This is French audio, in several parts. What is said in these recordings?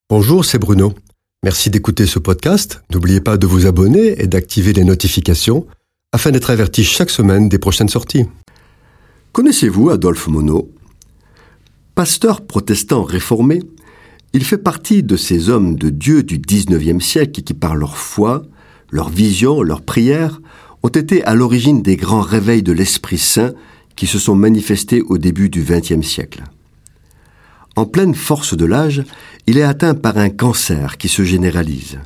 Bonjour, c'est Bruno. Merci d'écouter ce podcast. N'oubliez pas de vous abonner et d'activer les notifications afin d'être averti chaque semaine des prochaines sorties. Connaissez-vous Adolphe Monod ? Pasteur protestant réformé, il fait partie de ces hommes de Dieu du XIXe siècle qui, par leur foi, leur vision, leurs prières, ont été à l'origine des grands réveils de l'Esprit Saint qui se sont manifestés au début du XXe siècle. En pleine force de l'âge, il est atteint par un cancer qui se généralise.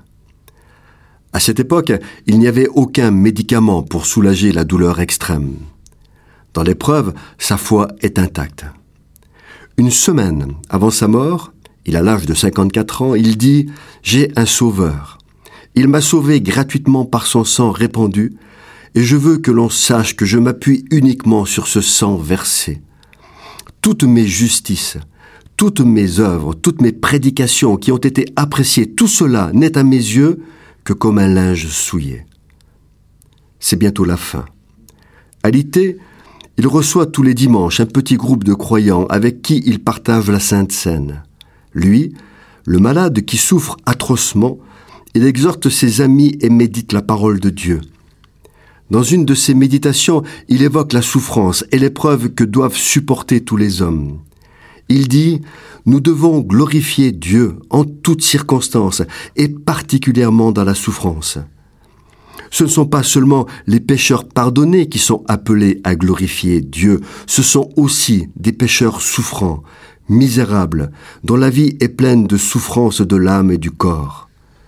À cette époque, il n'y avait aucun médicament pour soulager la douleur extrême. Dans l'épreuve, sa foi est intacte. Une semaine avant sa mort, il a l'âge de 54 ans, il dit « J'ai un sauveur. Il m'a sauvé gratuitement par son sang répandu et je veux que l'on sache que je m'appuie uniquement sur ce sang versé. Toutes mes justices, toutes mes œuvres, toutes mes prédications qui ont été appréciées, tout cela n'est à mes yeux que comme un linge souillé. » C'est bientôt la fin. À l'IT, il reçoit tous les dimanches un petit groupe de croyants avec qui il partage la Sainte Seine. Lui, le malade qui souffre atrocement, il exhorte ses amis et médite la parole de Dieu. Dans une de ses méditations, il évoque la souffrance et l'épreuve que doivent supporter tous les hommes. Il dit « Nous devons glorifier Dieu en toutes circonstances et particulièrement dans la souffrance. » Ce ne sont pas seulement les pécheurs pardonnés qui sont appelés à glorifier Dieu, ce sont aussi des pécheurs souffrants, misérables, dont la vie est pleine de souffrances de l'âme et du corps.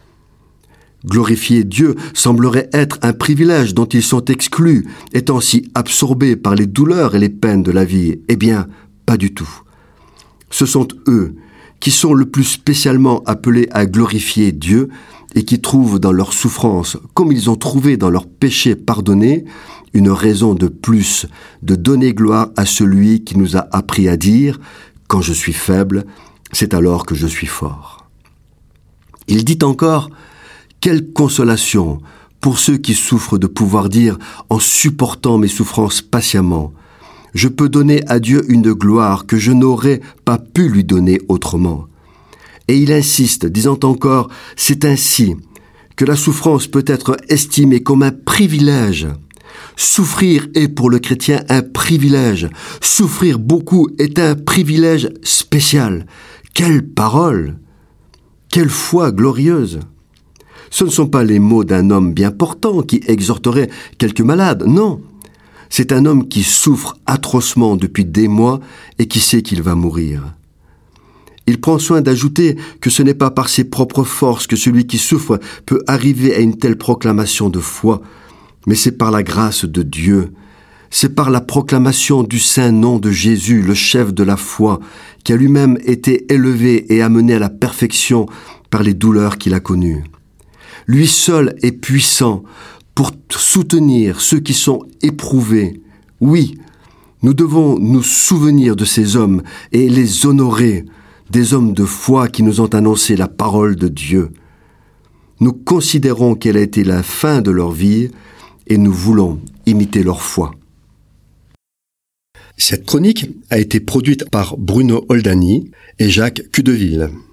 Glorifier Dieu semblerait être un privilège dont ils sont exclus, étant si absorbés par les douleurs et les peines de la vie. Eh bien, pas du tout. Ce sont eux qui sont le plus spécialement appelés à glorifier Dieu et qui trouvent dans leur souffrance, comme ils ont trouvé dans leurs péchés pardonnés, une raison de plus de donner gloire à celui qui nous a appris à dire « Quand je suis faible, c'est alors que je suis fort ». Il dit encore « Quelle consolation pour ceux qui souffrent de pouvoir dire en supportant mes souffrances patiemment, je peux donner à Dieu une gloire que je n'aurais pas pu lui donner autrement. » Et il insiste, disant encore « C'est ainsi que la souffrance peut être estimée comme un privilège. Souffrir est pour le chrétien un privilège. Souffrir beaucoup est un privilège spécial. » Quelle parole! Quelle foi glorieuse! Ce ne sont pas les mots d'un homme bien portant qui exhorterait quelques malades, non. C'est un homme qui souffre atrocement depuis des mois et qui sait qu'il va mourir. Il prend soin d'ajouter que ce n'est pas par ses propres forces que celui qui souffre peut arriver à une telle proclamation de foi, mais c'est par la grâce de Dieu. C'est par la proclamation du saint nom de Jésus, le chef de la foi, qui a lui-même été élevé et amené à la perfection par les douleurs qu'il a connues. Lui seul est puissant pour soutenir ceux qui sont éprouvés. Oui, nous devons nous souvenir de ces hommes et les honorer, des hommes de foi qui nous ont annoncé la parole de Dieu. Nous considérons quelle a été la fin de leur vie et nous voulons imiter leur foi. Cette chronique a été produite par Bruno Oldani et Jacques Cudeville.